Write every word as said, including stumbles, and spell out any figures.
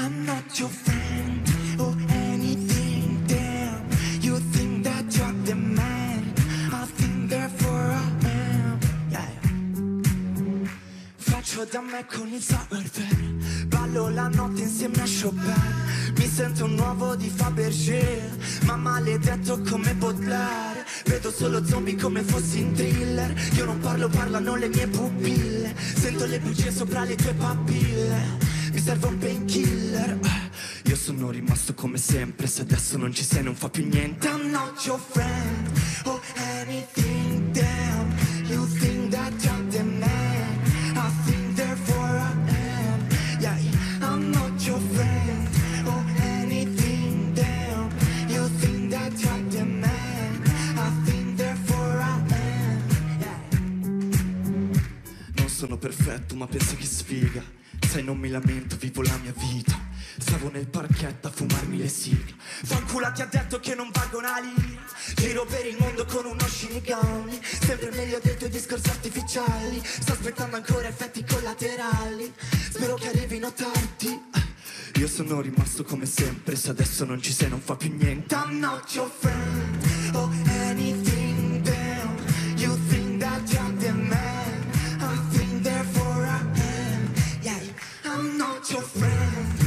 I'm not your friend or anything, damn. You think that you're the man, I think therefore I am, yeah. Faccio da me con il savoir-faire, ballo la notte insieme a Chopin. Mi sento un nuovo di Fabergé, ma maledetto come Baudelaire. Vedo solo zombie come fossi in thriller. Io non parlo, parlano le mie pupille. Sento le bugie sopra le tue papille. Mi serve un painkiller. Io sono rimasto come sempre. Se adesso non ci sei non fa più niente. I'm not your friend or anything, damn. You think that you're the man, I think therefore I am, yeah. I'm not your friend or anything, damn. You think that you're the man, I think therefore I am, yeah. Non sono perfetto ma penso che sfiga. Sai non mi lamento, vivo la mia vita. Stavo nel parchetto a fumarmi le sigle. Fanculo ti ha detto che non valgo una lira. Giro per il mondo con uno shinigami, sempre meglio dei tuoi discorsi artificiali. Sto aspettando ancora effetti collaterali, spero che arrivino tardi. Io sono rimasto come sempre. Se adesso non ci sei non fa più niente. I'm not your friend or anything, damn. You think that you're the man, I think therefore I am, yeah. I'm not your friend